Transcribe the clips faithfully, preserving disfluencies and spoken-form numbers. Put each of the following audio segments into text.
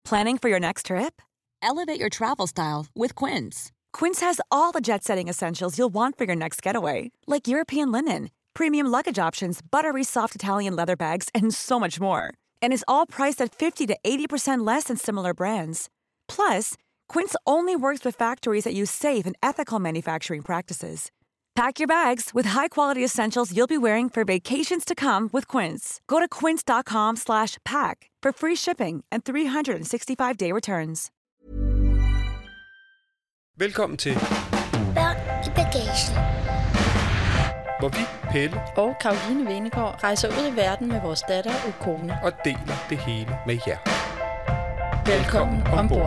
Planning for your next trip? Elevate your travel style with Quince. Quince has all the jet-setting essentials you'll want for your next getaway, like European linen, premium luggage options, buttery soft Italian leather bags, and so much more. And is all priced at fifty to eighty percent less than similar brands. Plus, Quince only works with factories that use safe and ethical manufacturing practices. Pack your bags with high-quality essentials you'll be wearing for vacations to come with Quince. Go to quince.com slash pack for free shipping and three sixty-five day returns. Velkommen til Børn i bagagen. Hvor vi, Pelle og Caroline Venegård rejser ud i verden med vores datter Ukone og deler det hele med jer. Velkommen, Velkommen ombord.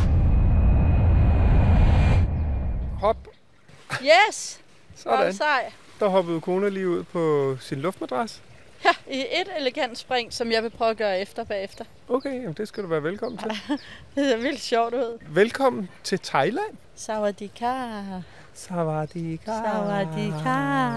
Hop. Yes! Sådan. Sej. Der hoppede Ukone lige ud på sin luftmadras. Ja, i et elegant spring, som jeg vil prøve at gøre efter bagefter. Okay, jamen det skal du være velkommen til. Det ser vildt sjovt ud. Velkommen til Thailand. Sawadika. Sawadika. Sawadika.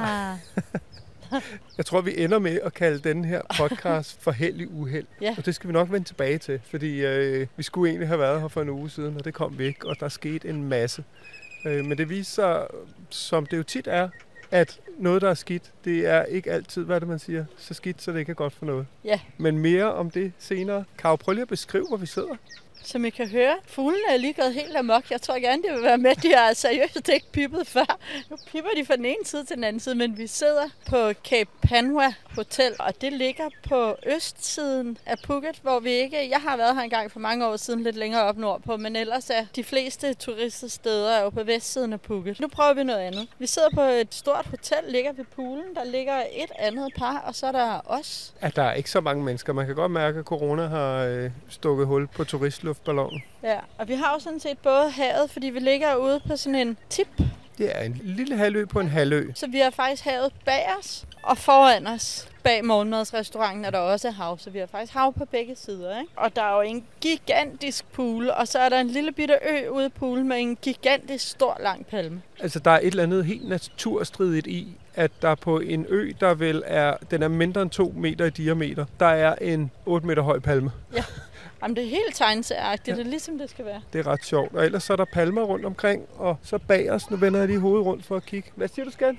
Jeg tror, vi ender med at kalde den her podcast for held i uheld. Ja. Og det skal vi nok vende tilbage til, fordi øh, vi skulle egentlig have været her for en uge siden, og det kom vi ikke, og der skete en masse. Øh, men det viser sig, som det jo tit er, at noget, der er skidt, det er ikke altid, hvad det man siger, så skidt, så det ikke er godt for noget. Ja. Men mere om det senere. Kan du prøve lige at beskrive, hvor vi sidder? Som I kan høre, fuglene er lige gået helt amok. Jeg tror gerne, de vil være med. De har seriøst ikke pippet før. Nu pipper de fra den ene side til den anden side, men vi sidder på Cape Panwa Hotel, og det ligger på østsiden af Phuket, hvor vi ikke... Jeg har været her engang for mange år siden, lidt længere op nordpå, men ellers er de fleste turiststeder er jo på vestsiden af Phuket. Nu prøver vi noget andet. Vi sidder på et stort hotel, ligger ved poolen. Der ligger et andet par, og så er der os. At der er ikke så mange mennesker. Man kan godt mærke, at corona har øh, stukket hul på turistluft. Ballon. Ja, og vi har jo sådan set både havet, fordi vi ligger ude på sådan en tip. Det er en lille halvø på en halvø. Så vi har faktisk havet bag os, og foran os, bag morgenmadsrestauranten, er der også hav, så vi har faktisk hav på begge sider, ikke? Og der er jo en gigantisk pool, og så er der en lille bitte ø ude i poolen med en gigantisk stor lang palme. Altså, der er et eller andet helt naturstridigt i, at der på en ø, der vel er, den er mindre end to meter i diameter, der er en otte meter høj palme. Ja. Jamen, det er helt tegneserieagtigt, ja. Det er ligesom det skal være. Det er ret sjovt. Og ellers så er der palmer rundt omkring, og så bag os, nu vender jeg lige hovedet rundt for at kigge. Hvad siger du, skat?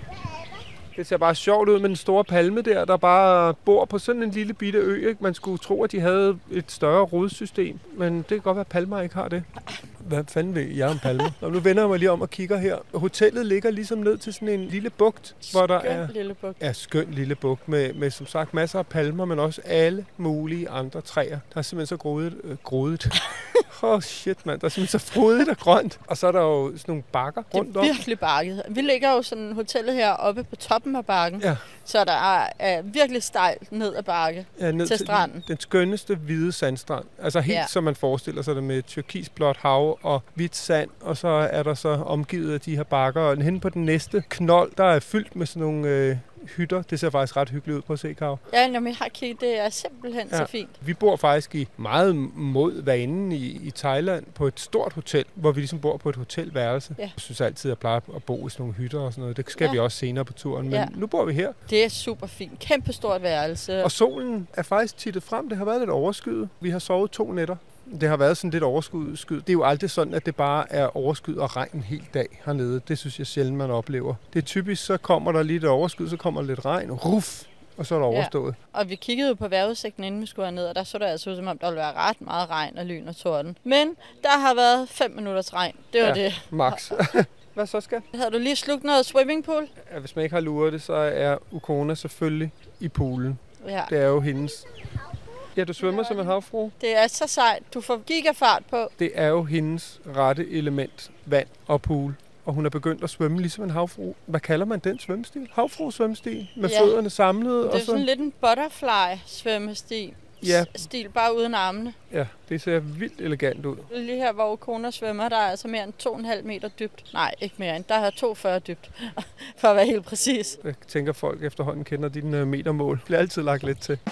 Det ser bare sjovt ud med den store palme der, der bare bor på sådan en lille bitte ø. Ikke? Man skulle tro, at de havde et større rodsystem, men det kan godt være, at palmer ikke har det. Hvad fanden ved jeg om palmer? Nå, nu vender jeg mig lige om og kigger her. Hotellet ligger ligesom ned til sådan en lille bugt, hvor der er... Skøn lille bugt. Ja, skøn lille bugt med, med som sagt masser af palmer, men også alle mulige andre træer. Der er simpelthen så grodet. Øh, grodet. Åh oh, shit, mand. Der er simpelthen så frodigt og grønt. Og så er der jo sådan nogle bakker rundt om. Det er virkelig bakket. Vi ligger jo sådan hotellet her oppe på toppen af bakken. Ja. Så der er, er virkelig stejlt ned ad bakke ja, ned til til stranden. Den skønneste hvide sandstrand. Altså helt ja. Som man forestiller sig det med turkisblåt hav og hvidt sand. Og så er der så omgivet af de her bakker. Og henne på den næste knold, der er fyldt med sådan nogle... Øh, hytter. Det ser faktisk ret hyggeligt ud på at se, Kav. Ja, når vi har kigget, det er simpelthen ja. Så fint. Vi bor faktisk i meget mod vanen i, i Thailand på et stort hotel, hvor vi ligesom bor på et hotelværelse. Ja. Jeg synes altid, at jeg plejer at bo i sådan nogle hytter og sådan noget. Det skal ja. Vi også senere på turen, men ja. Nu bor vi her. Det er super fint. Kæmpe stort værelse. Og solen er faktisk tittet frem. Det har været lidt overskyet. Vi har sovet to nætter. Det har været sådan lidt overskud. Det er jo aldrig sådan, at det bare er overskud og regn en hel dag hernede. Det synes jeg sjældent, man oplever. Det er typisk, så kommer der lidt overskud, så kommer der lidt regn, ruf, og så er der overstået. Ja. Og vi kiggede jo på vejrudsigten, inden vi skulle herned, og der så der altså ud, som om der ville være ret meget regn og lyn og torden. Men der har været fem minutters regn. Det var ja, det. Max. Hvad så, skat? Havde du lige slugt noget swimmingpool? Ja, hvis man ikke har luret det, så er Ukone selvfølgelig i poolen. Ja. Det er jo hendes... Ja, du svømmer som en havfrue. Det er så sejt. Du får gigafart på. Det er jo hendes rette element, vand og pool. Og hun er begyndt at svømme ligesom en havfrue. Hvad kalder man den svømmestil? Havfrue-svømmestil med ja. Fødderne samlede. Det er og så... sådan lidt en butterfly-svømmestil. Ja. Stil bare uden armene. Ja, det ser vildt elegant ud. Lige her, hvor Ukone svømmer, der er altså mere end to komma fem meter dybt. Nej, ikke mere end. Der er to komma fyrre dybt, for at være helt præcis. Jeg tænker, folk efterhånden kender dine metermål. Det bliver altid lagt lidt til.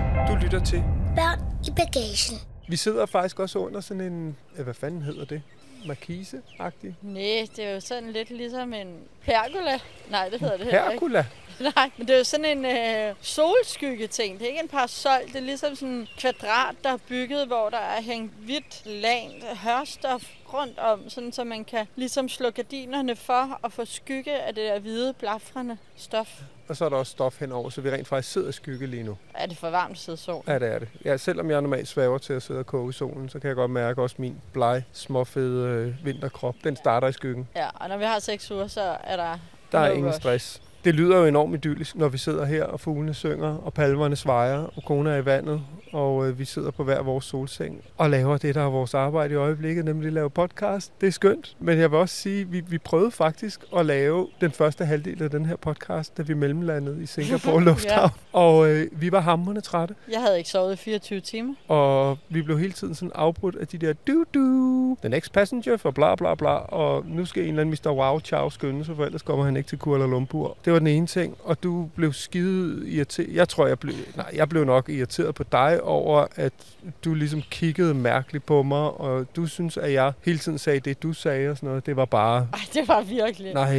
Til. Børn i bagagen. Vi sidder faktisk også under sådan en... Hvad fanden hedder det? markise-agtig? Nej, det er jo sådan lidt ligesom en pergola. Nej, det hedder det heller ikke. Pergola? Nej, men det er jo sådan en øh, solskyggeting. Det er ikke en parasol. Det er ligesom sådan en kvadrat, der er bygget, hvor der er hængt hvidt lag hørstof rundt om, sådan så man kan ligesom slå gardinerne for og få skygge af det der hvide, blafrende stof. Og så er der også stof henover, så vi rent faktisk sidder i skygge lige nu. Er det for varmt at sidde i solen? Ja, det er det. Ja, selvom jeg normalt svæver til at sidde og koge i solen, så kan jeg godt mærke også min blege, småfede øh, vinterkrop. Den starter i skyggen. Ja, og når vi har seks uger, så er der Der er no ingen rush. stress. Det lyder jo enormt idyllisk, når vi sidder her, og fuglene synger, og palmerne svejer, og kona er i vandet, og øh, vi sidder på hver vores solseng og laver det, der er vores arbejde i øjeblikket, nemlig at lave podcast. Det er skønt, men jeg vil også sige, at vi, vi prøvede faktisk at lave den første halvdel af den her podcast, da vi mellemlandede i Singapore Lufthavn, ja. og øh, vi var hamrende trætte. Jeg havde ikke sovet i fireogtyve timer. Og vi blev hele tiden sådan afbrudt af de der du-du, the next passenger for bla bla bla, og nu skal en eller anden mister Wow Chow skynde sig, for ellers kommer han ikke til Kuala Lumpur. Det var den ene ting, og du blev skide irriteret. Jeg tror, jeg blev, nej, jeg blev nok irriteret på dig over, at du ligesom kiggede mærkeligt på mig, og du synes, at jeg hele tiden sagde det, du sagde og sådan noget. Det var bare... Ej, det var virkelig... Nej,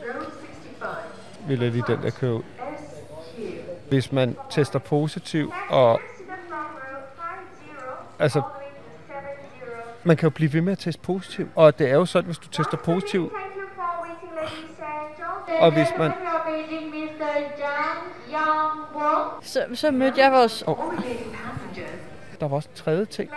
vi lader lige den der køre ud. Hvis man tester positiv, og... Altså... Man kan jo blive ved med at teste positiv, og det er jo sådan, hvis du tester positiv, og hvis man... Så, så mødte jeg vores... Oh. Der var også en tredje ting.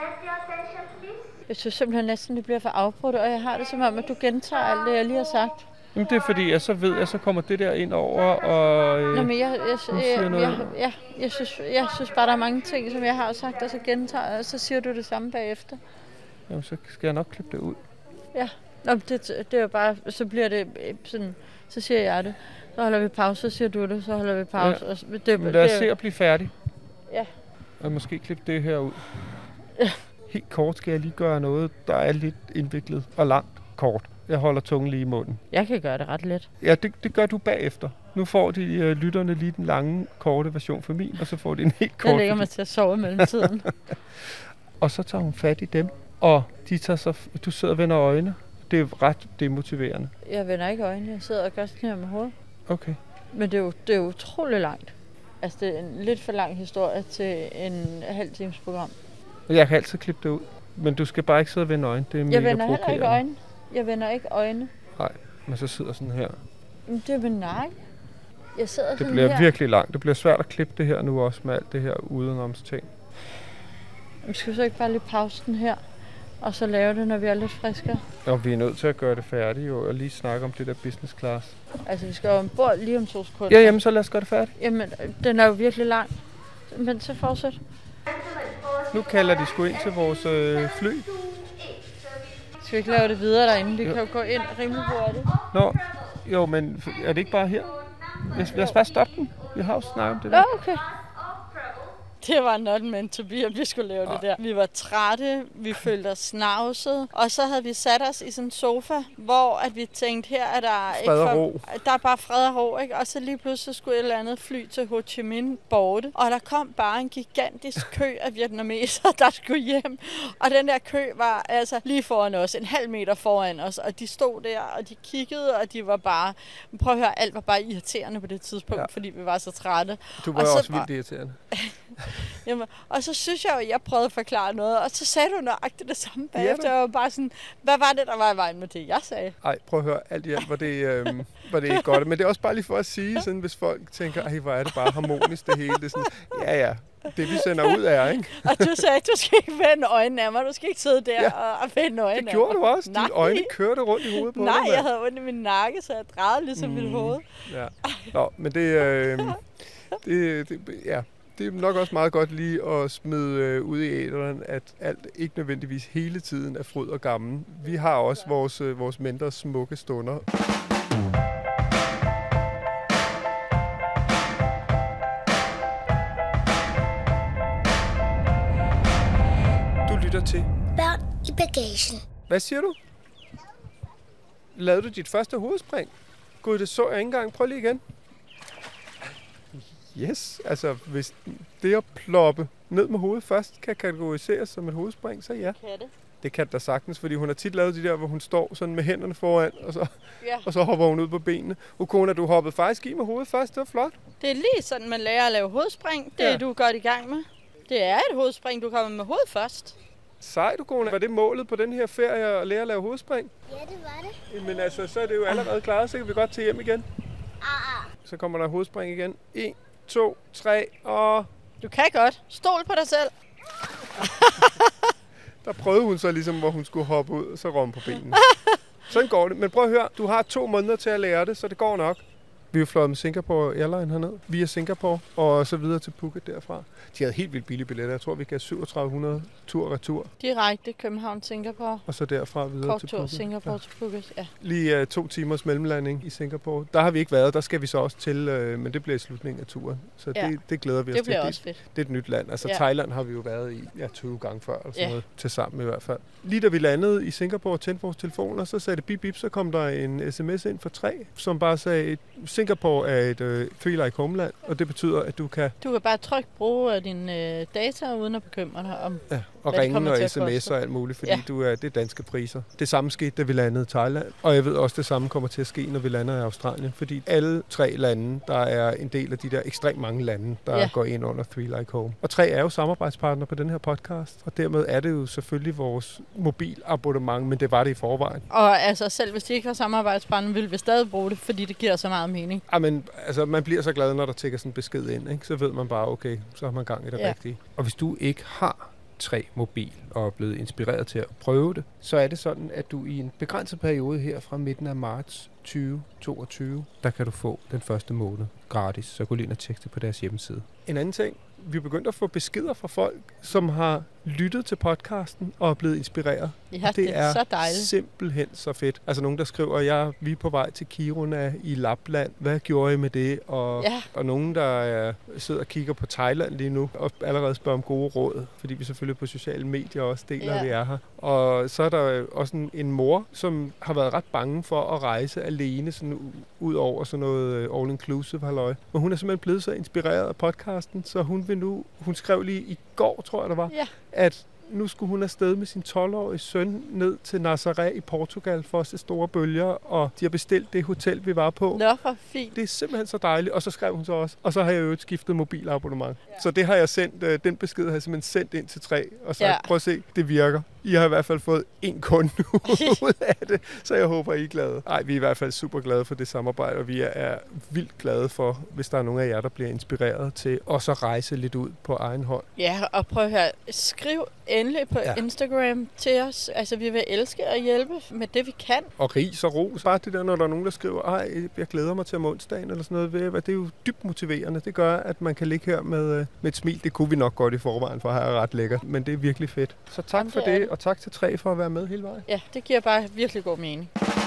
Jeg synes simpelthen næsten, det bliver for afbrudt, og jeg har det som om, at du gentager alt det, jeg lige har sagt. Jamen det er fordi, jeg så ved, at så kommer det der ind over, og... Øh, Nå, men jeg, jeg, jeg, jeg, jeg, jeg, jeg, synes, jeg synes bare, der er mange ting, som jeg har sagt, og så gentager og så siger du det samme bagefter. Jamen, så skal jeg nok klippe det ud. Ja, Nå, det, det er jo bare... Så bliver det sådan... Så siger jeg det. Så holder vi pause, så siger du det, så holder vi pause. Ja. Og det, men lad os det, se at blive færdig. Ja. Og måske klippe det her ud. Ja. Helt kort skal jeg lige gøre noget, der er lidt indviklet og langt kort. Jeg holder tungen lige i munden. Jeg kan gøre det ret let. Ja, det, det gør du bagefter. Nu får de øh, lytterne lige den lange, korte version for min, og så får de en helt kort. Jeg lægger mig til at sove mellem tiden. Og så tager hun fat i dem, og de tager så, du sidder og vender øjne. Det er ret demotiverende. Jeg vender ikke øjnene, jeg sidder og gør sådan her med hovedet. Okay. Men det er jo, det er jo utrolig langt. Altså, det er en lidt for lang historie til en halv times program. Jeg kan altid klippe det ud, men du skal bare ikke sidde og vende øjne. Det er mega Jeg vender heller ikke provokerende. øjne. Jeg vender ikke øjne. Nej, men så sidder sådan her. Men det er med nakke. Jeg sidder Det sådan bliver her. virkelig langt. Det bliver svært at klippe det her nu også med alt det her udenoms ting. Men skal vi så ikke bare lige pause den her, og så lave det, når vi er lidt friskere? Og vi er nødt til at gøre det færdigt jo, og lige snakke om det der business class. Altså, vi skal jo ombord lige om to sekunder. Ja, jamen så lad os gøre det færdigt. Jamen, den er jo virkelig lang. Men så fortsæt. Nu kalder de sgu ind til vores øh, fly. Skal vi ikke lave det videre derinde? Vi jo. kan jo gå ind rimelig hurtigt. Nå, jo, men er det ikke bare her? Lad os bare stoppe den. Vi har jo snakket om det der. Ja, okay. Det var not meant to be, at vi skulle lave Ej. det der. Vi var trætte, vi følte os snavset, og så havde vi sat os i sådan en sofa, hvor at vi tænkte, her er der fred og ro. Der er bare fred og ro, ikke? Og så lige pludselig skulle et eller andet fly til Ho Chi Minh borte, og der kom bare en gigantisk kø af vietnamesere, der skulle hjem. Og den der kø var altså lige foran os, en halv meter foran os, og de stod der, og de kiggede, og de var bare... Prøv at høre, alt var bare irriterende på det tidspunkt, ja. fordi vi var så trætte. Du var og også så vildt irriterende. Jamen, og så synes jeg jo, at jeg prøvede at forklare noget, og så sagde du nøjagtigt det samme bagefter. Jeg var bare sådan, hvad var det, der var i vejen med det, jeg sagde? Ej, prøv at høre, alt i alt var det, øh, var det ikke godt. Men det er også bare lige for at sige, sådan, hvis folk tænker, ej, hvor er det bare harmonisk det hele. Det er sådan, ja, ja, det vi sender ud er, ikke? Og du sagde, du skal ikke vende øjnene af mig, du skal ikke sidde der ja, og, og vende øjnene af mig. Det gjorde du også. Nej. Dine øjne kørte rundt i hovedet på Nej, dig. Nej, jeg havde ondt i min nakke, så jeg drejede ligesom mm. mit hoved. Ja. Nå, men det, øh, det, det, ja... Det er nok også meget godt lige at smide øh, ud i æteren, at alt ikke nødvendigvis hele tiden er fryd og gammel. Vi har også vores, øh, vores mindre smukke stunder. Du lytter til Børn i bagagen. Hvad siger du? Lavede du dit første hovedspring? Gud, det så jeg ikke engang. Prøv lige igen. Yes, altså hvis det at ploppe ned med hovedet først kan kategoriseres som et hovedspring, så ja. Kan det? Det kan da sagtens, fordi hun har tit lavet de der, hvor hun står sådan med hænderne foran, og så, Ja. og så hopper hun ud på benene. Ukona, du hoppede faktisk i med hovedet først. Det var flot. Det er lige sådan, man lærer at lave hovedspring. Det er Ja. du godt i gang med. Det er et hovedspring, du kommer med hovedet først. Sejt, Ukona. Var det målet på den her ferie at lære at lave hovedspring? Ja, det var det. Men altså, så er det jo allerede klaret, så kan vi godt til hjem igen. Ah, ah. Så kommer der hovedspring igen. en, to, tre, og Du kan godt. Stol på dig selv. der prøvede hun så ligesom, hvor hun skulle hoppe ud, og så rom på benene. Sådan går det. Men prøv at høre, du har to måneder til at lære det, så det går nok. Vi er fløjet med Singapore Airline herned, via Singapore, og så videre til Phuket derfra. De havde helt vildt billige billetter. Jeg tror, vi gav syvogtredive hundrede tur og retur, Direkte København, Singapore. og så derfra videre til Korttur, Phuket. Singapore til Phuket. Ja. Lige uh, to timers mellemlanding i Singapore. Der har vi ikke været, der skal vi så også til, uh, men det bliver i slutningen af turen. Så Ja. det, det glæder vi os Det til. bliver også fedt. Det er et nyt land. Altså Ja. Thailand har vi jo været i ja, tyve gange før, eller sådan Ja. noget, til sammen i hvert fald. Lige da vi landede i Singapore og tændte vores telefoner, så sagde det bip bip, så kom der en sms ind fra tre, som bare sagde, Singapore er et uh, three like homeland, og det betyder, at du kan Du kan bare trygt bruge øh, dine øh, data, uden at bekymre dig om... ja, og Hvad det ringe kommer og til at sms'er koste. og alt muligt, fordi Ja. du er, det er danske priser. Det samme skete, da vi landede i Thailand, og jeg ved også, det samme kommer til at ske, når vi lander i Australien, fordi alle tre lande, der er en del af de der ekstremt mange lande, der Ja. går ind under Three Like Home. Og tre er jo samarbejdspartner på den her podcast, og dermed er det jo selvfølgelig vores mobilabonnement, men det var det i forvejen. Og altså, selv hvis de ikke var samarbejdspartner, ville vi stadig bruge det, fordi det giver så meget mening. Ja, men altså, man bliver så glad, når der tækker sådan en besked ind, ikke? Så ved man bare, okay, så har man gang i det Ja. rigtige. Og hvis du ikke har tre mobil og er blevet inspireret til at prøve det, så er det sådan, at du i en begrænset periode her fra midten af marts tyve toogtyve, der kan du få den første måned gratis. Så gå lige ind og tjek det på deres hjemmeside. En anden ting, vi er begyndt at få beskeder fra folk, som har lyttet til podcasten og er blevet inspireret. Ja, Og det er så dejligt. simpelthen så fedt. Altså nogen, der skriver, jeg vi er på vej til Kiruna i Lapland. Hvad gjorde I med det? Og, Ja. og nogen, der er, sidder og kigger på Thailand lige nu, og allerede spørger om gode råd, fordi vi selvfølgelig på sociale medier også deler, Ja. at vi er her. Og så er der også en, en mor, som har været ret bange for at rejse alene, sådan u- ud over sådan noget all-inclusive halløj. Men hun er simpelthen blevet så inspireret af podcasten, så hun vil nu, hun skrev lige i går, tror jeg det var, Ja. at nu skulle hun afsted med sin tolv-årige søn ned til Nazaré i Portugal for at se store bølger, og de har bestilt det hotel, vi var på. Nå, for fint. Det er simpelthen så dejligt, og så skrev hun så også, og så har jeg jo skiftet mobilabonnement. Ja. Så det har jeg sendt, øh, den besked har jeg simpelthen sendt ind til tre, og sagt, Ja. ja. prøv at se, det virker. I har i hvert fald fået en kunde ud af det, så jeg håber, I er glade. Ej, vi er i hvert fald super glade for det samarbejde, og vi er vildt glade for, hvis der er nogen af jer, der bliver inspireret til også at rejse lidt ud på egen hånd. Ja, og prøv at høre. Skriv endelig på Ja. ja. Instagram til os. Altså, vi vil elske at hjælpe med det, vi kan. Og ris og ros. Bare det der, når der er nogen, der skriver, ej, jeg glæder mig til om onsdagen, eller sådan noget. Ved jeg hvad, det er jo dybt motiverende. Det gør, at man kan ligge her med, øh, med et smil. Det kunne vi nok godt i forvejen, for her er ret lækkert. Men det er virkelig fedt. Så tak Jamen, for det er det, det. og tak til Tre for at være med hele vejen. Ja, det giver bare virkelig god mening.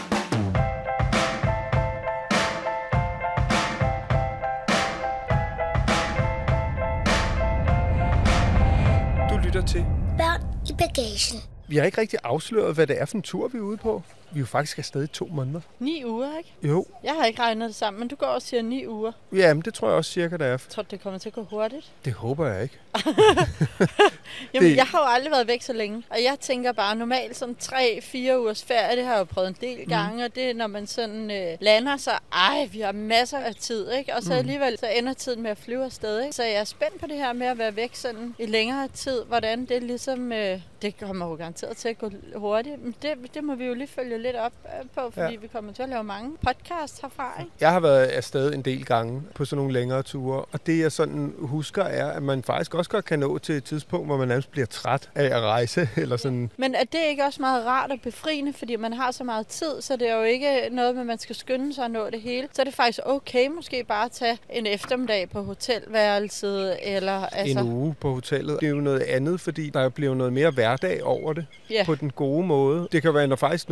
Du lytter til. Børn i bagagen. Vi har ikke rigtig afsløret, hvad det er for en tur, vi er ude på. Vi er jo faktisk afsted i to måneder. Ni uger, ikke? Jo, Jeg har ikke regnet det sammen, men du går og siger ni uger. jamen det tror jeg også cirka, det er. Jeg tror, det kommer til at gå hurtigt. Det håber jeg ikke. Jamen, Det- jeg har jo aldrig været væk så længe. Og jeg tænker bare, normalt sådan tre-fire ugers ferie, det har jeg jo prøvet en del gange. Mm. Og det er, når man sådan øh, lander, så ej, vi har masser af tid, ikke? Og så Mm. alligevel, så ender tiden med at flyve afsted, ikke? Så jeg er spændt på det her med at være væk sådan i længere tid. Hvordan det ligesom, øh, det kommer jo garanteret til at gå hurtigt. Men det, det må vi jo lige følge lidt op øh, på, fordi Ja. ja. vi kommer til at lave mange podcasts herfra, ikke? Jeg har været afsted en del gange på sådan nogle længere ture, og det jeg sådan husker er, at man faktisk også godt kan nå til et tidspunkt, hvor man nærmest bliver træt af at rejse, eller sådan. Men er det ikke også meget rart og befriende, fordi man har så meget tid, så det er jo ikke noget med, at man skal skynde sig at nå det hele. Så er det faktisk okay måske bare at tage en eftermiddag på hotelværelset, eller altså... En uge på hotellet. Det er jo noget andet, fordi der bliver noget mere hverdag over det, Ja. på den gode måde. Det kan være, når faktisk nogle gange,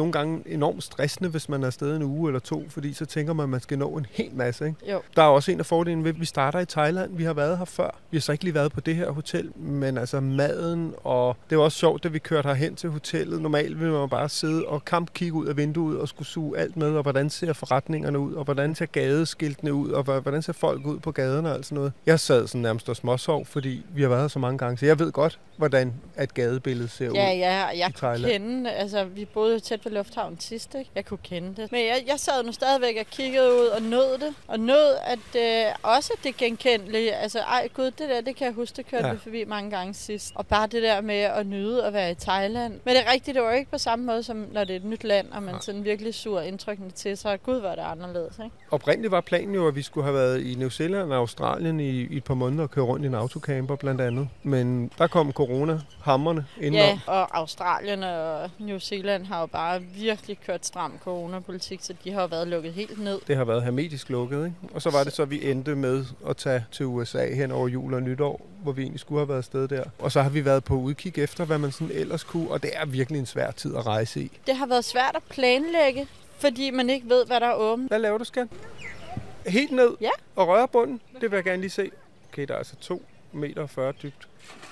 enormt stressende, hvis man er afsted en uge eller to, fordi så tænker man, at man skal nå en hel masse. Ikke? Jo. Der er også en af fordelene ved, at vi starter i Thailand. Vi har været her før. Vi har så ikke lige været på det her hotel, men altså maden, og det var også sjovt, da vi kørte herhen til hotellet. Normalt ville man bare sidde og kampkigge ud af vinduet og skulle suge alt med, og hvordan ser forretningerne ud, og hvordan ser gadeskiltene ud, og hvordan ser folk ud på gaderne og alt sådan noget. Jeg sad sådan nærmest og småsov, fordi vi har været her så mange gange, så jeg ved godt, hvordan et gadebillede ser ud. Ja, ja, jeg i kunne Thailand. kende, altså vi boede jo tæt ved lufthavnen sidst, ikke? Jeg kunne kende det. Men jeg, jeg sad nu stadigvæk og kiggede ud og nød det, og nød, at øh, også det genkendelige, altså ej gud, det der, det kan jeg huske, det kørte Ja. vi forbi mange gange sidst. Og bare det der med at nyde at være i Thailand. Men det er rigtigt, det var jo ikke på samme måde, som når det er et nyt land, og man sådan virkelig suger indtrykkene til sig. Gud, var det anderledes, ikke? Oprindeligt var planen jo, at vi skulle have været i New Zealand og Australien i, i et par måneder og køre rundt i en autocamper blandt andet. Men der kom corona hammerne indenom. Ja, og Australien og New Zealand har jo bare virkelig kørt stram coronapolitik, så de har jo været lukket helt ned. Det har været hermetisk lukket, ikke? Og så var det så, vi endte med at tage til U S A hen over jul og nytår, hvor vi egentlig skulle have været afsted der. Og så har vi været på udkig efter, hvad man sådan ellers kunne, og det er virkelig en svær tid at rejse i. Det har været svært at planlægge, fordi man ikke ved, hvad der er åbent. Hvad laver du, skat? Helt ned Ja. og røre bunden? Det vil jeg gerne lige se. Okay, der er altså to meter og fyrre dybt.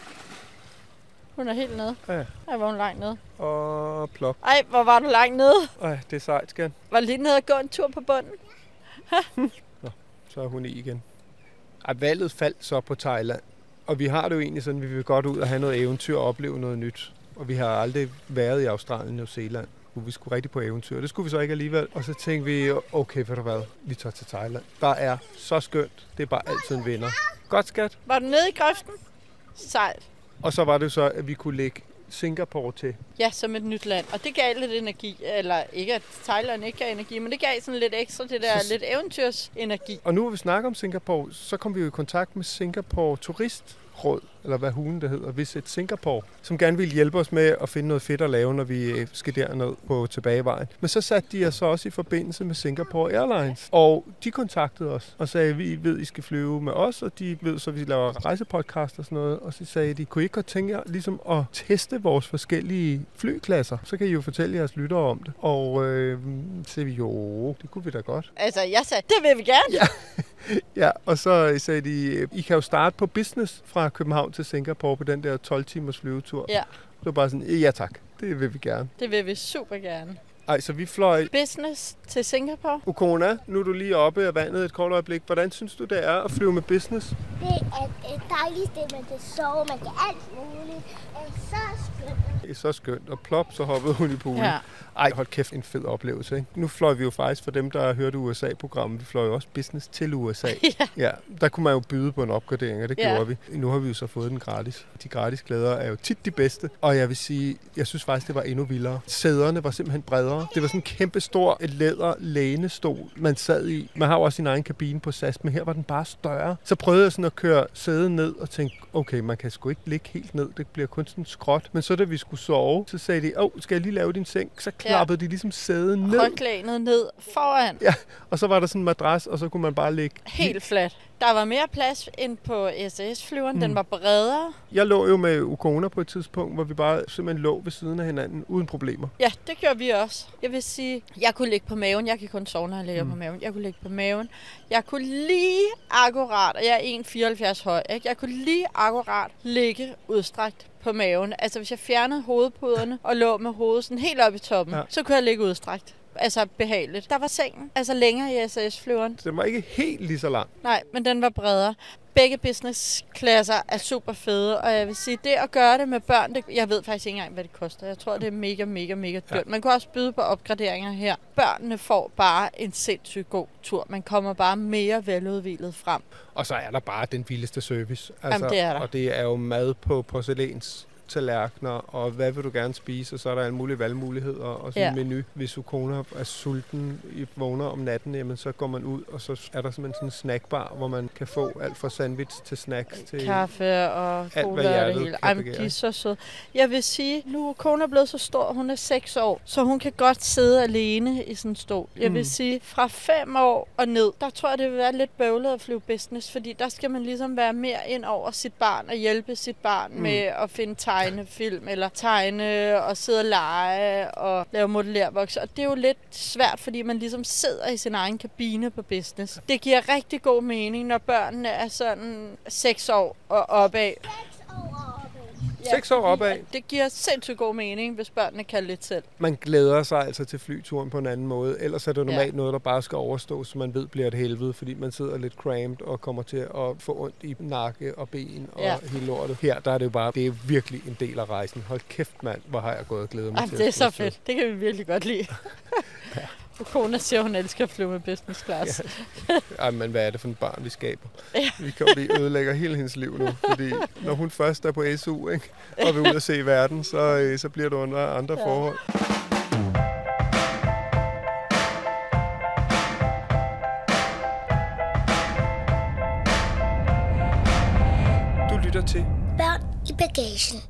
Hun er helt nede. Ja. Ej, hvor hun langt nede. Og plop. Ej, hvor var du langt nede. Ej, det er sejt, skat. Var lige nede og gå en tur på bunden. Så er hun i igen. Ej, valget faldt så på Thailand. Og vi har det jo egentlig sådan, vi vil godt ud og have noget eventyr og opleve noget nyt. Og vi har aldrig været i Australien og New Zealand, hvor vi skulle rigtig på eventyr. Det skulle vi så ikke alligevel. Og så tænkte vi, okay, ved du hvad, vi tager til Thailand. Der er så skønt. Det er bare altid en vinder. Godt, skat. Var du nede i grøften? Sejt. Og så var det så, at vi kunne lægge Singapore til. Ja, som et nyt land. Og det gav lidt energi. Eller ikke, at Thailand ikke gav energi, men det gav sådan lidt ekstra, det der Så- lidt eventyrsenergi. Og nu hvor vi snakker om Singapore, så kom vi jo i kontakt med Singapore Turistråd, eller hvad hulen det hedder, Visit Singapore, som gerne ville hjælpe os med at finde noget fedt at lave, når vi skal derned på tilbagevejen. Men så satte de os så også i forbindelse med Singapore Airlines, og de kontaktede os og sagde, vi ved, I skal flyve med os, og de ved så, vi laver rejsepodcast og sådan noget, og så sagde de, kunne I ikke godt tænke jer ligesom at teste vores forskellige flyklasser? Så kan I jo fortælle jeres lyttere om det. Og øh, så sagde vi, jo, det kunne vi da godt. Altså, jeg sagde, det vil vi gerne. Ja. Ja, og så sagde de, I kan jo starte på business fra København til Singapore på den der tolv timers flyvetur. Ja. Det var bare sådan, ja tak, det vil vi gerne. Det vil vi super gerne. Ej, så vi fløj. Business til Singapore. Ukona, nu er du lige oppe af vandet et kort øjeblik. Hvordan synes du, det er at flyve med business? Det er et dejligt sted, man kan sove, man kan alt muligt. Det er så skønt. Det er så skønt. Og plop, så hoppede hun i poolen. Ja. Ej, hold kæft, en fed oplevelse, ikke? Nu fløj vi jo faktisk for dem, der har hørt U S A-programmet. Vi fløj jo også business til U S A. Ja. Ja, der kunne man jo byde på en opgradering, og det Ja. gjorde vi. Nu har vi jo så fået den gratis. De gratis glæder er jo tit de bedste. Og jeg vil sige, jeg synes faktisk, det var endnu vildere. Sæderne var simpelthen bredere. Det var sådan en kæmpe stor læder lænestol, man sad i. Man har jo også sin egen kabine på S A S, men her var den bare større. Så prøvede jeg sådan at køre sædet ned og tænkte, okay, man kan sgu ikke ligge helt ned. Det bliver kun sådan skråt. Men så da vi skulle sove, så sagde de, åh, oh, skal jeg lige lave din seng? Så klappede ja. de ligesom sædet ned. Ryglænet ned foran. Ja, og så var der sådan en madras, og så kunne man bare ligge Helt fladt. Der var mere plads end på S A S-flyveren. Mm. Den var bredere. Jeg lå jo med Ukona på et tidspunkt, hvor vi bare simpelthen lå ved siden af hinanden uden problemer. Ja, det gjorde vi også. Jeg vil sige, jeg kunne ligge på maven. Jeg kan kun sove, når jeg ligger mm. på maven. Jeg kunne ligge på maven. Jeg kunne lige akkurat, og jeg er en komma fireoghalvfjerds høj, ikke? Jeg kunne lige akkurat ligge udstrakt på maven. Altså hvis jeg fjernede hovedpuderne og lå med hovedet sådan helt oppe i toppen, ja. så kunne jeg ligge udstrakt. Altså behageligt. Der var sengen, altså længere i S A S-flyveren. Den var ikke helt lige så lang. Nej, men den var bredere. Begge businessklasser er super fede, og jeg vil sige, det at gøre det med børn, det, jeg ved faktisk ikke engang, hvad det koster. Jeg tror, det er mega, mega, mega dyrt. Ja. Man kan også byde på opgraderinger her. Børnene får bare en sindssygt god tur. Man kommer bare mere veludhvilet frem. Og så er der bare den vildeste service. Altså, Jamen, det er der. Og det er jo mad på porcelæns tallerkener, og hvad vil du gerne spise, og så er der alle mulige valgmuligheder, og sådan ja. en menu. Hvis Ukona er sulten, I vågner om natten, jamen, så går man ud, og så er der simpelthen sådan en snackbar, hvor man kan få alt fra sandwich til snacks til kaffe og cola og det hele. Ej, de er så søde. Jeg vil sige, nu er Ukona blevet så stor, hun er seks år, så hun kan godt sidde alene i sådan en stol. Jeg vil mm. sige, fra fem år og ned, der tror jeg, det vil være lidt bøvlet at flyve business, fordi der skal man ligesom være mere ind over sit barn og hjælpe sit barn mm. med at finde tegn tegnefilm, eller tegne og sidde og lege og lave modellervokser. Og det er jo lidt svært, fordi man ligesom sidder i sin egen kabine på business. Det giver rigtig god mening, når børnene er sådan seks år og opad. Ja, Seks år opad. Det giver sindssygt god mening, hvis børnene kan lidt selv. Man glæder sig altså til flyturen på en anden måde. Ellers er det normalt ja. noget, der bare skal overstås, så man ved bliver et helvede, fordi man sidder lidt cramped og kommer til at få ondt i nakke og ben og ja. hele lortet. Her der er det jo bare, det er virkelig en del af rejsen. Hold kæft mand, hvor har jeg gået og glædet mig Jamen, til. Det er så fedt. Det kan vi virkelig godt lide. ja. Kona siger, hun elsker at flyve med business class. Ja. Ej, men hvad er det for en barn, vi skaber? Ja. Vi kan jo blive ødelægger hele hendes liv nu, fordi når hun først er på S U, ikke, og vil ud og se verden, så, så bliver det under andre ja. forhold. Du lytter til Børn i bagagen.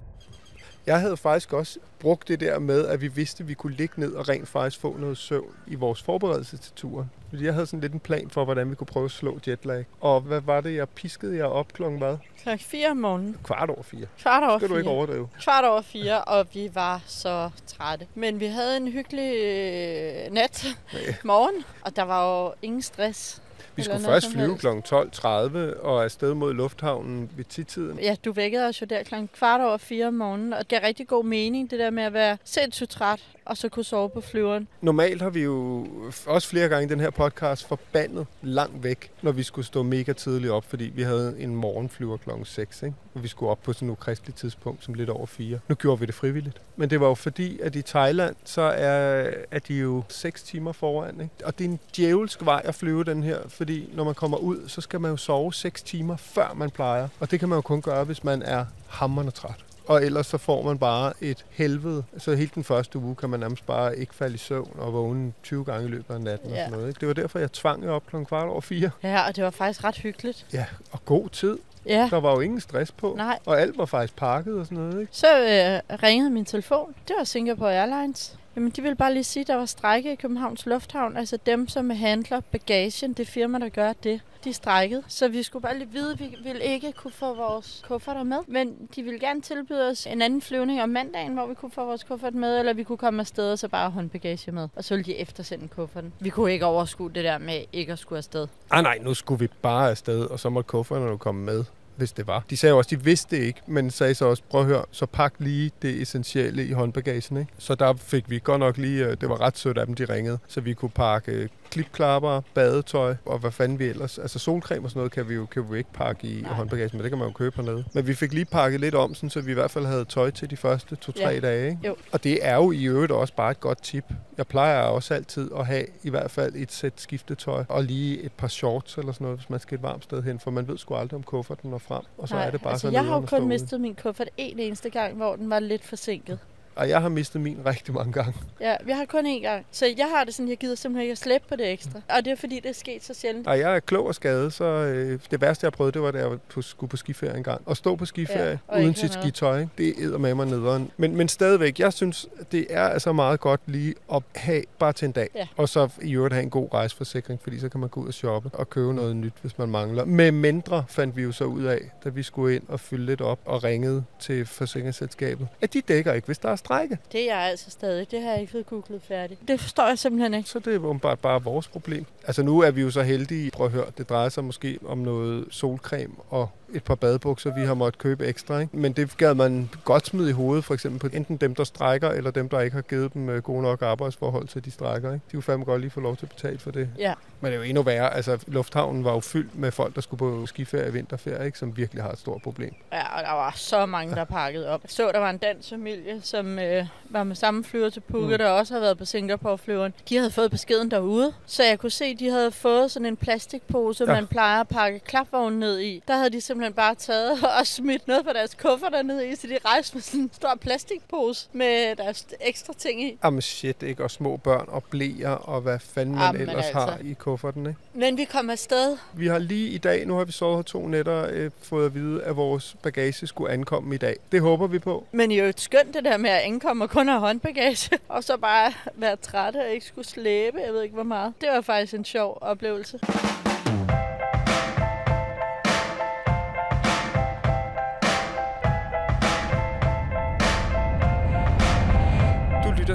Jeg havde faktisk også brugt det der med, at vi vidste, at vi kunne ligge ned og rent faktisk få noget søvn i vores forberedelse til turen. Fordi jeg havde sådan lidt en plan for, hvordan vi kunne prøve at slå jetlag. Og hvad var det, jeg piskede jer op klokken hvad? Klokken fire om morgenen. Kvart over fire. Kvart over Skal du fire. ikke overdrive? Kvart over fire, og vi var så trætte. Men vi havde en hyggelig øh, nat, Nej. morgen, og der var jo ingen stress. Vi skulle først flyve klokken tolv tredive og afsted mod lufthavnen ved tidtiden. Ja, du vækkede os jo der klokken kvart over fire om morgenen, og det er rigtig god mening, det der med at være sindssygt træt, og så kunne sove på flyveren. Normalt har vi jo også flere gange i den her podcast forbandet langt væk, når vi skulle stå mega tidligt op, fordi vi havde en morgenflyver klokken seks, ikke? Og vi skulle op på sådan et ukristeligt tidspunkt, som lidt over fire. Nu gjorde vi det frivilligt. Men det var jo fordi, at i Thailand, så er, er de jo seks timer foran, ikke? Og det er en djævelsk vej at flyve den her, fordi når man kommer ud, så skal man jo sove seks timer, før man plejer. Og det kan man jo kun gøre, hvis man er hamrende træt. Og ellers så får man bare et helvede. Så hele den første uge kan man nærmest bare ikke falde i søvn og vågne tyve gange i løbet af natten. Ja. Og sådan noget, ikke? Det var derfor, jeg tvang op klokken kvart over fire. Ja, og det var faktisk ret hyggeligt. Ja, og god tid. Ja. Der var jo ingen stress på. Nej. Og alt var faktisk pakket og sådan noget, ikke? Så øh, ringede min telefon. Det var Singapore Airlines. Jamen, de ville bare lige sige, at der var strejke i Københavns Lufthavn. Altså dem, som handler bagagen, det firma, der gør det, de strejkede. Så vi skulle bare lige vide, at vi ville ikke kunne få vores kufferter med. Men de ville gerne tilbyde os en anden flyvning om mandagen, hvor vi kunne få vores kuffert med, eller vi kunne komme afsted og så bare håndbagage med. Og så ville de eftersende kufferten. Vi kunne ikke overskue det der med ikke at skulle afsted. Ah nej, nu skulle vi bare afsted, og så måtte kufferterne komme med, hvis det var. De sagde også, de vidste det ikke, men sagde så også, prøv at høre, så pak lige det essentielle i håndbagagen, ikke? Så der fik vi godt nok lige, det var ret sødt af dem, de ringede, så vi kunne pakke klipklapper, badetøj og hvad fanden vi ellers. Altså solcreme og sådan noget kan vi jo, kan vi ikke pakke i Nej. håndbagagen, men det kan man jo købe hernede. Men vi fik lige pakket lidt om, sådan, så vi i hvert fald havde tøj til de første to-tre ja. dage. Ikke? Jo. Og det er jo i øvrigt også bare et godt tip. Jeg plejer også altid at have i hvert fald et sæt skiftetøj og lige et par shorts eller sådan noget, hvis man skal et varmt sted hen, for man ved sgu aldrig, om kufferten når frem. Og så Nej, er det bare altså sådan jeg har jo kun mistet min kuffert en eneste gang, hvor den var lidt forsinket. Og jeg har mistet min rigtig mange gange. Ja, vi har kun én gang. Så jeg har det sådan, jeg gider simpelthen ikke at slæbe på det ekstra. Og det er fordi, det er sket så sjældent. Og jeg er klog og skadet, så øh, det værste, jeg prøvede, det var, da jeg på, skulle på skiferie en gang. Og stå på skiferie ja, uden sit skitøj, ikke? Det æder med mig nederen. Men, men stadigvæk, jeg synes, det er altså meget godt lige at have bare til en dag. Ja. Og så i øvrigt have en god rejseforsikring, fordi så kan man gå ud og shoppe og købe noget nyt, hvis man mangler. Med mindre fandt vi jo så ud af, da vi skulle ind og fylde lidt op og ringede til forsikringsselskabet, at de dækker ikke, hvis der er strejke. Det er jeg altså stadig. Det har jeg ikke fået googlet færdigt. Det forstår jeg simpelthen ikke. Så det er åbenbart bare vores problem. Altså nu er vi jo så heldige. Prøv at høre, det drejer sig måske om noget solcreme og et par badebukser, vi har måttet købe ekstra. Ikke? Men det gad man godt smide i hovedet, for eksempel på enten dem, der strækker, eller dem, der ikke har givet dem gode nok arbejdsforhold til, de strækker. Ikke? De vil fandme godt lige få lov til at betale for det. Ja. Men det er jo endnu værre. Altså, lufthavnen var jo fyldt med folk, der skulle på skiferie og vinterferie, ikke? Som virkelig har et stort problem. Ja, og der var så mange, der pakkede op. Så der var en dansk familie, som øh, var med samme flyver til Phuket, mm. der også havde været på Singapore-flyveren. De havde fået beskeden derude, så jeg kunne se, at de havde fået sådan en plastikpose, ja. man plejer at pakke klapvognen ned i. Der havde de simpelthen bare taget og smidt noget på deres kufferter ned i, så de rejste med sådan en stor plastikpose med deres ekstra ting i. Jamen shit, ikke? Og små børn og bleer og hvad fanden man Jamen, ellers altså. har i kufferten, ikke? Men vi kom afsted. Vi har lige i dag, nu har vi sovet her to nætter, øh, fået at vide, at vores bagage skulle ankomme i dag. Det håber vi på. Men jo et skønt det der med at ankomme og kun have håndbagage, og så bare være træt og ikke skulle slæbe, jeg ved ikke hvor meget. Det var faktisk en sjov oplevelse.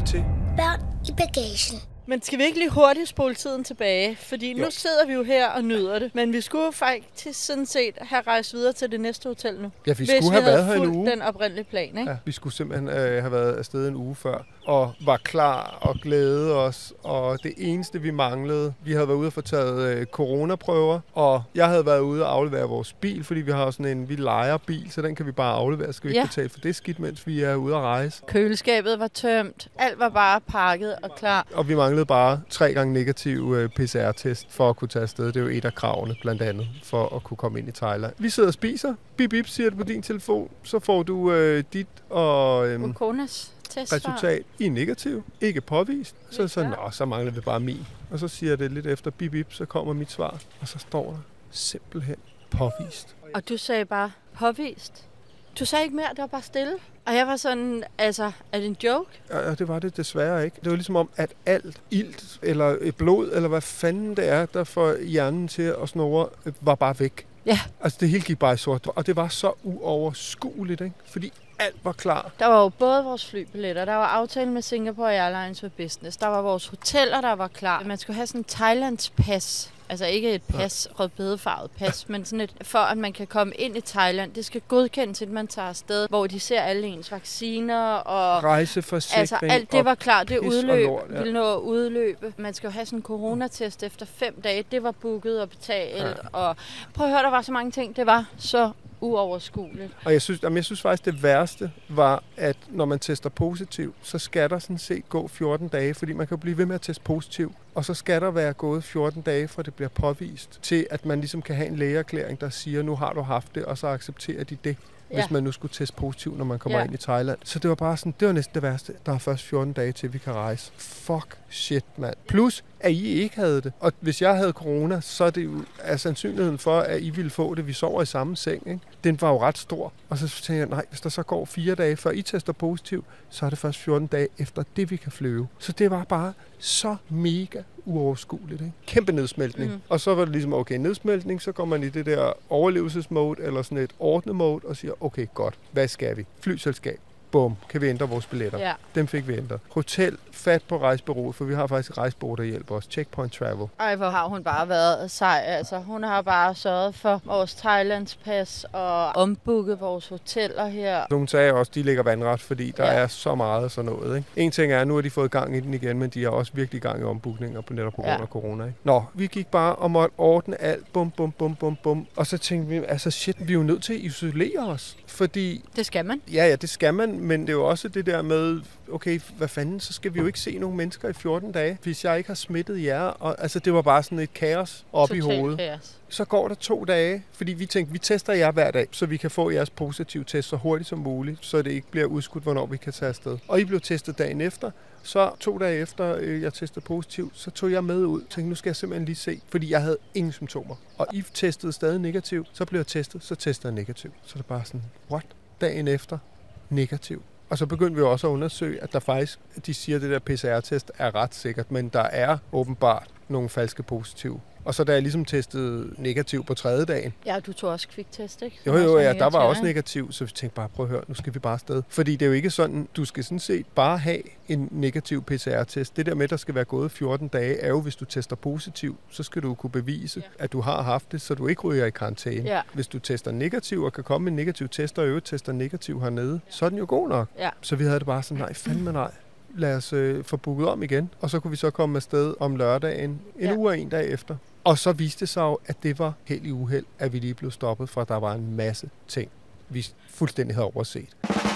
til Børn i bagagen. Men skal vi ikke lige hurtigt spole tiden tilbage? Fordi nu Jo. sidder vi jo her og nyder det. Men vi skulle jo faktisk sådan set have rejst videre til det næste hotel nu. Ja, vi hvis skulle vi have havde været her en fulgt uge. den oprindelige plan, ikke? Ja, vi skulle simpelthen øh, have været afsted en uge før, og var klar og glæde os, og det eneste vi manglede, vi havde været ude og få taget øh, coronaprøver, og jeg havde været ude og aflevere vores bil, fordi vi har sådan en, vi lejer bil, så den kan vi bare aflevere, skal vi ikke Ja. betale for det skidt, mens vi er ude at rejse. Køleskabet var tømt. Alt var bare pakket og klar. Og vi manglede bare tre gange negativ øh, P C R-test for at kunne tage afsted. Det er jo et af kravene, blandt andet, for at kunne komme ind i Thailand. Vi sidder og spiser. Bip, bip, siger det på din telefon. Så får du øh, dit og øh, Kokonas testsvar. resultat i negativ. Ikke påvist. Så så, Ja. nå, så mangler vi bare min. Og så siger det lidt efter bip, bip, så kommer mit svar. Og så står der simpelthen påvist. Og du sagde bare, påvist. Du sagde ikke mere, det var bare stille. Og jeg var sådan, altså, er det en joke? Og det var det desværre ikke. Det var ligesom om, at alt ilt eller et blod, eller hvad fanden det er, der får hjernen til at snurre, var bare væk. Ja. Altså det hele gik bare i sort. Og det var så uoverskueligt, ikke? Fordi alt var klar. Der var jo både vores flybilletter, der var aftale med Singapore Airlines for business, der var vores hoteller, der var klar. Man skulle have sådan en Thailands pas. Altså ikke et pas, rødbedefarvet pas, men sådan et, for at man kan komme ind i Thailand. Det skal godkendes, til man tager afsted, hvor de ser alle ens vacciner og... Rejseforsikring. Altså alt det var klart, det pis og udløb, lort, ja. ville nå at udløbe. Man skal jo have sådan en coronatest efter fem dage. Det var booket og betalt. Ja. Og prøv at høre, der var så mange ting. Det var så uoverskueligt. Og jeg synes, jamen jeg synes faktisk, det værste var, at når man tester positiv, så skal der sådan set gå fjorten dage, fordi man kan blive ved med at teste positiv. Og så skal der være gået fjorten dage, fra det bliver påvist, til at man ligesom kan have en lægeerklæring, der siger, nu har du haft det, og så accepterer de det, Ja. hvis man nu skulle teste positiv, når man kommer Ja. ind i Thailand. Så det var bare sådan, det var næsten det værste. Der er først fjorten dage til, vi kan rejse. Fuck shit, mand. Plus, at I ikke havde det. Og hvis jeg havde corona, så er det jo er sandsynligheden for, at I ville få det. Vi sover i samme seng, ikke? Den var jo ret stor. Og så tænkte jeg, nej, hvis der så går fire dage, før I tester positiv, så er det først fjorten dage efter det, vi kan flyve. Så det var bare så mega uoverskueligt, ikke? Kæmpe nedsmeltning. Mm. Og så var det ligesom, okay, nedsmeltning, så går man i det der overlevelsesmode, eller sådan et ordne mode, og siger, okay, godt, hvad skal vi? Flyselskab. Bum, kan vi ændre vores billetter. Ja. Dem fik vi ændret. Hotel, fat på rejsebureauet, for vi har faktisk et rejsebureau, der hjælper os. Checkpoint Travel. Ej, hvor har hun bare været sej. Altså, hun har bare sørget for vores Thailandspas og ombooket vores hoteller her. Nogle sagde også, de ligger vandret, fordi der Ja. er så meget af sådan noget. Ikke? En ting er, at nu har de fået gang i den igen, men de har også virkelig gang i ombookninger på netop på grund af Ja. corona. Ikke? Nå, vi gik bare og måtte ordne alt. Bum, bum, bum, bum, bum. Og så tænkte vi, altså shit, vi er jo nødt til at isolere os. Fordi, Det skal man. ja, ja, det skal man, men det er jo også det der med, okay, hvad fanden, så skal vi jo ikke se nogen mennesker i fjorten dage, hvis jeg ikke har smittet jer. Og, altså, det var bare sådan et kaos op i Total hovedet. kaos. Så går der to dage, fordi vi tænkte, vi tester jer hver dag, så vi kan få jeres positive test så hurtigt som muligt, så det ikke bliver udskudt, hvornår vi kan tage afsted. Og I blev testet dagen efter, så to dage efter øh, jeg testede positivt, så tog jeg med ud. Tænkte, nu skal jeg simpelthen lige se, fordi jeg havde ingen symptomer. Og I testede stadig negativt, så blev jeg testet, så testede jeg negativt. Så det er bare sådan, what? Dagen efter, negativ. Og så begyndte vi også at undersøge, at der faktisk, de siger, at det der P C R-test er ret sikkert, men der er åbenbart nogle falske positive. Og så da jeg ligesom testede negativ på tredje dagen. Ja, du tog også kviktest, ikke? Jo, jo, ja, der var også negativ. negativ, så vi tænkte bare, prøv at høre, nu skal vi bare afsted. Fordi det er jo ikke sådan, du skal sådan set bare have en negativ P C R-test. Det der med, at der skal være gået fjorten dage, er jo, hvis du tester positiv, så skal du kunne bevise, ja. at du har haft det, så du ikke ryger i karantæne. Ja. Hvis du tester negativ og kan komme med en negativ test, og i øvrigt tester negativ hernede, så er den jo god nok. Ja. Så vi havde det bare sådan, nej, fandme nej. Lad os øh, få booket om igen. Og så kunne vi så komme afsted om lørdagen, en Ja. uge og en dag efter. Og så viste det sig jo, at det var held i uheld, at vi lige blev stoppet, for der var en masse ting, vi fuldstændig havde overset.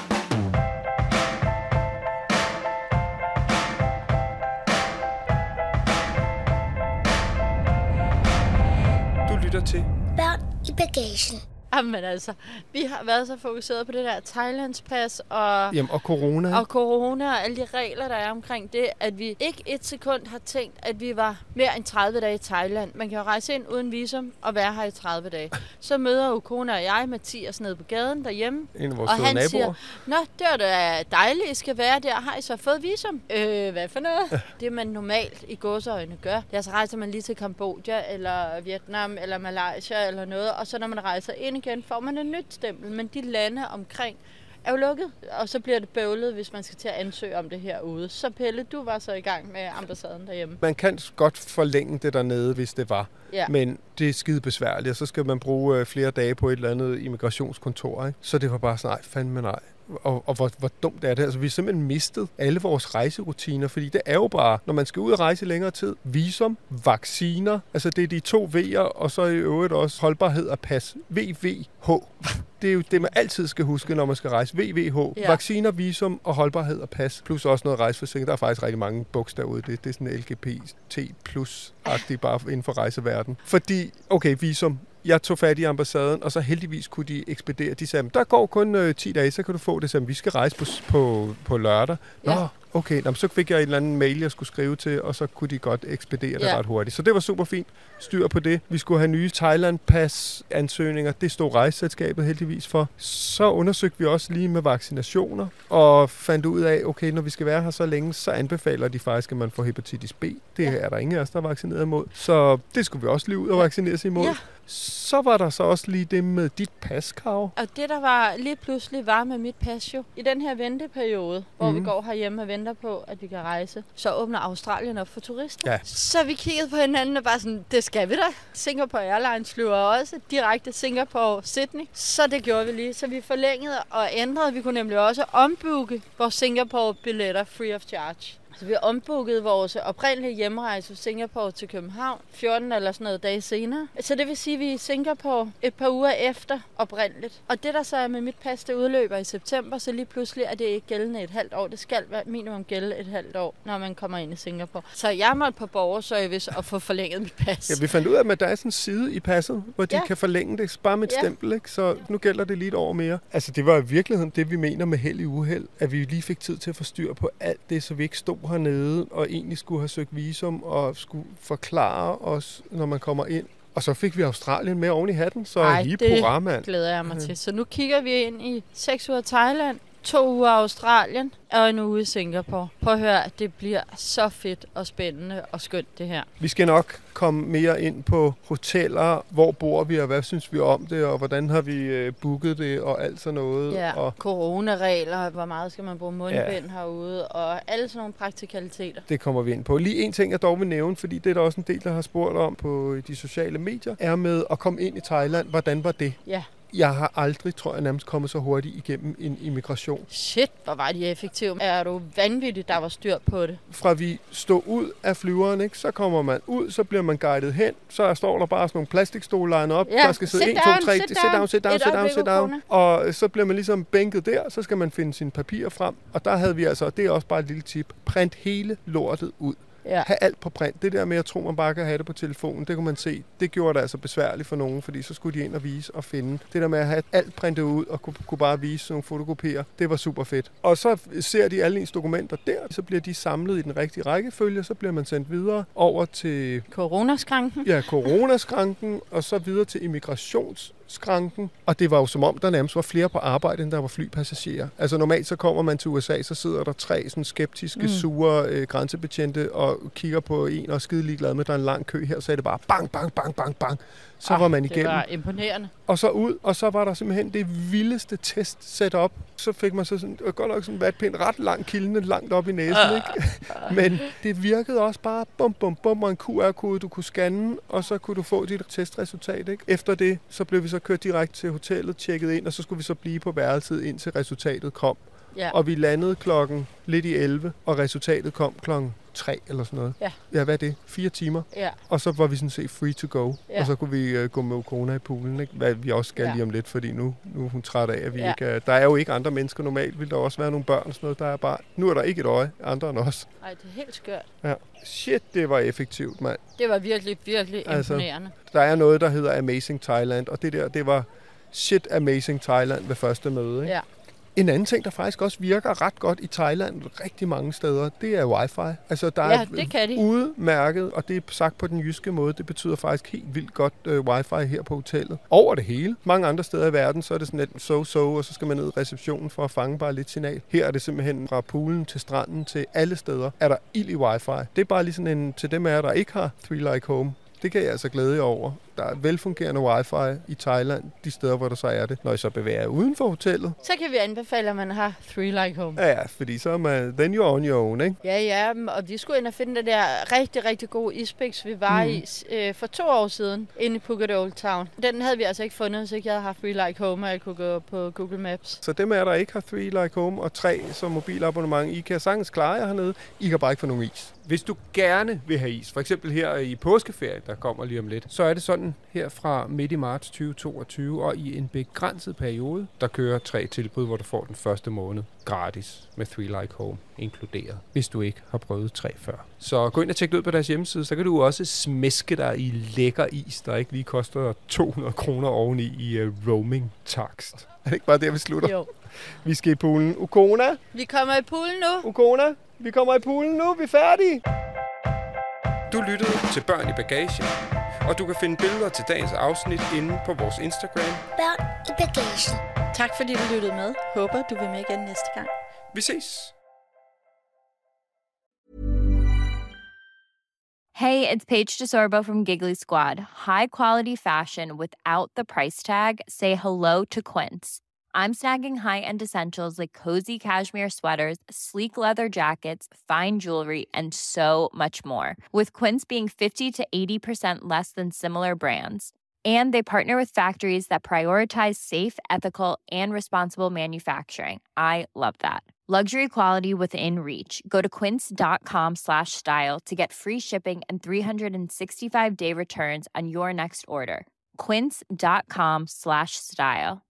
Du lytter til Børn i bagagen. Jamen altså, vi har været så fokuseret på det der Thailandspas og, Jamen, og corona. og corona og alle de regler, der er omkring det, at vi ikke et sekund har tænkt, at vi var mere end tredive dage i Thailand. Man kan jo rejse ind uden visum og være her i tredive dage. Så møder jo kone og jeg Mathias nede på gaden derhjemme. En af vores Og søde han naboer. siger, nå, det var da dejligt, I skal være der. Har I så fået visum? Øh, hvad for noget? Det, man normalt i gåseøjne gør, det er, så rejser man lige til Kambodja, eller Vietnam, eller Malaysia, eller noget. Og så når man rejser ind igen, får man et nyt stempel. Men de lande omkring er jo lukket, og så bliver det bøvlet, hvis man skal til at ansøge om det herude. Så Pelle, du var så i gang med ambassaden derhjemme. Man kan godt forlænge det dernede, hvis det var. Ja. Men det er skide besværligt, og så skal man bruge øh, flere dage på et eller andet immigrationskontor. Ikke? Så det var bare sådan, nej, fandme nej. Og, og hvor, hvor dumt er det? Altså, vi har simpelthen mistet alle vores rejserutiner, fordi det er jo bare, når man skal ud og rejse i længere tid, visum, vacciner, altså det er de to V'er, og så i øvrigt også holdbarhed og pas. V V H. Det er jo det, man altid skal huske, når man skal rejse. V V H. Ja. Vacciner, visum og holdbarhed og pas. Plus også noget rejseforsikring. Der er faktisk rigtig mange bogstaver ude. Det, det er sådan L G B T plus-agtigt bare inden for rejseverden. Fordi, okay, visum. Jeg tog fat i ambassaden, og så heldigvis kunne de ekspedere. De sagde, der går kun øh, ti dage, så kan du få det. Så vi skal rejse på, på, på lørdag. Nå, ja. Okay, så fik jeg en eller anden mail, jeg skulle skrive til, og så kunne de godt ekspedere det ja. ret hurtigt. Så det var super fint. Styr på det. Vi skulle have nye Thailand-pas-ansøgninger. Det stod rejseselskabet heldigvis for. Så undersøgte vi også lige med vaccinationer, og fandt ud af, okay, når vi skal være her så længe, så anbefaler de faktisk, at man får hepatitis B. Det ja. er der ingen af os, der er vaccineret imod. Så det skulle vi også lige ud og vaccinere sig imod. Ja. Så var der så også lige det med dit pas, Karo. Og det, der var lige pludselig var med mit pas jo, i den her venteperiode, hvor mm. vi går herhjemme og venter på, at vi kan rejse, så åbner Australien op for turister. Ja. Så vi kiggede på hinanden og bare sådan, det skal vi da. Singapore Airlines flyver også direkte Singapore-Sydney. Så det gjorde vi lige. Så vi forlængede og ændrede. Vi kunne nemlig også ombooke vores Singapore-billetter free of charge. Så vi ombookede vores oprindelige hjemrejse fra Singapore til København fjorten eller sådan noget dage senere. Så det vil sige, at vi er i Singapore et par uger efter oprindeligt. Og det der så er med mit pas, det udløber i september, så lige pludselig er det ikke gældende et halvt år. Det skal være minimum gælde et halvt år, når man kommer ind i Singapore. Så jeg måtte på borgerservice og få forlænget mit pas. Ja, vi fandt ud af, at der er sådan en side i passet, hvor de ja. kan forlænge det bare med et ja. stempel, ikke? Så nu gælder det lige et år mere. Altså det var i virkeligheden det, vi mener med held i uheld, at vi lige fik tid til at få styr på alt det, så vi ikke stod hernede og egentlig skulle have søgt visum og skulle forklare os, når man kommer ind. Og så fik vi Australien med oven i hatten, så Ej, lige det programmand. Glæder jeg mig ja. til. Så nu kigger vi ind i seks uger Thailand, to uger Australien og en uge i Singapore. Prøv at høre, det bliver så fedt og spændende og skønt det her. Vi skal nok komme mere ind på hoteller, hvor bor vi og hvad synes vi om det, og hvordan har vi booket det og alt sådan noget. Ja, og coronaregler, hvor meget skal man bruge mundbind ja. herude, og alle sådan nogle praktikaliteter. Det kommer vi ind på. Lige en ting, jeg dog vil nævne, fordi det er der også en del, der har spurgt om på de sociale medier, er med at komme ind i Thailand. Hvordan var det? Ja. Jeg har aldrig, tror jeg, nærmest kommet så hurtigt igennem en immigration. Shit, hvor var de effektive. Er du vanvittigt, der var styr på det? Fra vi stod ud af flyveren, ikke, så kommer man ud, så bliver man guidet hen. Så står der bare sådan nogle plastikstole line op. Ja, der skal sidde en, to, tre, sit down, sit down, sit down, sit down. Og så bliver man ligesom bænket der, så skal man finde sine papirer frem. Og der havde vi altså, og det er også bare et lille tip, print hele lortet ud. Ja. Ha' alt på print. Det der med, at tro, man bare kan have det på telefonen, det kunne man se. Det gjorde det altså besværligt for nogen, fordi så skulle de ind og vise og finde. Det der med at have alt printet ud og kunne, kunne bare vise nogle fotokopier, det var super fedt. Og så ser de alle ens dokumenter der, så bliver de samlet i den rigtige rækkefølge, så bliver man sendt videre over til coronaskranken. Ja, coronaskranken, og så videre til immigrations skranken, og det var jo som om, der nærmest var flere på arbejde, end der var flypassagerer. Altså normalt så kommer man til U S A, så sidder der tre sådan skeptiske, mm. sure øh, grænsebetjente og kigger på en og er skide ligeglad med, der er en lang kø her, så er det bare bang, bang, bang, bang, bang. Så ah, var man igennem. Det var imponerende. Og så ud, og så var der simpelthen det vildeste test sat op. Så fik man så sådan, og godt nok sådan en vatpind ret lang kildende langt op i næsen, uh, ikke? Uh. Men det virkede også bare bum, bum, bum, og en Q R-kode, du kunne scanne, og så kunne du få dit testresultat, ikke? Efter det, så blev vi så kørt direkte til hotellet, tjekket ind, og så skulle vi så blive på værelset, indtil resultatet kom. Ja. Og vi landede klokken lidt i elleve, og resultatet kom klokken tre eller sådan noget. Ja. Ja, hvad er det? Fire timer. Ja. Og så var vi sådan set free to go. Ja. Og så kunne vi uh, gå med corona i poolen, ikke? Hvad vi også skal ja. lige om lidt, fordi nu, nu er hun træt af, at vi ja. ikke er... Der er jo ikke andre mennesker normalt. Vil der også være nogle børn og sådan noget. Der er bare... Nu er der ikke et øje, andre end os. Nej, det er helt skørt. Ja. Shit, det var effektivt, mand. Det var virkelig, virkelig altså, imponerende. Der er noget, der hedder Amazing Thailand, og det der, det var shit Amazing Thailand ved første møde, ikke? Ja. En anden ting, der faktisk også virker ret godt i Thailand, rigtig mange steder, det er wifi. Altså, der ja, er det kan de. udmærket, og det er sagt på den jyske måde, det betyder faktisk helt vildt godt uh, wifi her på hotellet. Over det hele. Mange andre steder i verden, så er det sådan lidt so-so, og så skal man ned i receptionen for at fange bare lidt signal. Her er det simpelthen fra poolen til stranden til alle steder, er der ild i wifi. Det er bare lige sådan en, til dem af jer, der ikke har Three Like Home. Det kan jeg altså glæde jer over. Der er velfungerende wifi i Thailand, de steder, hvor der så er det. Når I så bevæger jer uden for hotellet. Så kan vi anbefale, at man har Three Like Home. Ja, fordi så er man, then you're on your own, ikke? Ja, ja, og vi skulle ind og finde det der rigtig, rigtig gode isbiks, vi var mm. i øh, for to år siden, inde i Phuket Old Town. Den havde vi altså ikke fundet, så jeg havde haft Three Like Home, og jeg kunne gå på Google Maps. Så dem af der ikke har Three Like Home og tre som mobilabonnement, I kan sagtens klare jer hernede. I kan bare ikke få nogen is. Hvis du gerne vil have is, for eksempel her i påskeferien, der kommer lige om lidt, så er det sådan her fra midt i marts tyve toogtyve, og i en begrænset periode, der kører tre tilbud, hvor du får den første måned gratis med Three Like Home inkluderet, hvis du ikke har prøvet tre før. Så gå ind og tjek det ud på deres hjemmeside, så kan du også smæske dig i lækker is, der ikke lige koster to hundrede kroner oveni i uh, roaming-takst. Er det ikke bare der, vi slutter? Jo. Vi skal i poolen. Ukona? Vi kommer i poolen nu. Ukona? Vi kommer i poolen nu. Vi er færdige. Du lyttede til Børn i Bagagen, og du kan finde billeder til dagens afsnit inde på vores Instagram. Børn i Bagagen. Tak fordi du lyttede med. Håber du vil med igen næste gang. Vi ses. Hey, it's Paige DeSorbo from Giggly Squad. High quality fashion without the price tag. Say hello to Quince. I'm snagging high-end essentials like cozy cashmere sweaters, sleek leather jackets, fine jewelry, and so much more. With Quince being fifty to eighty percent less than similar brands. And they partner with factories that prioritize safe, ethical, and responsible manufacturing. I love that. Luxury quality within reach. Go to quince.com slash style to get free shipping and three sixty-five day returns on your next order. Quince.com slash style.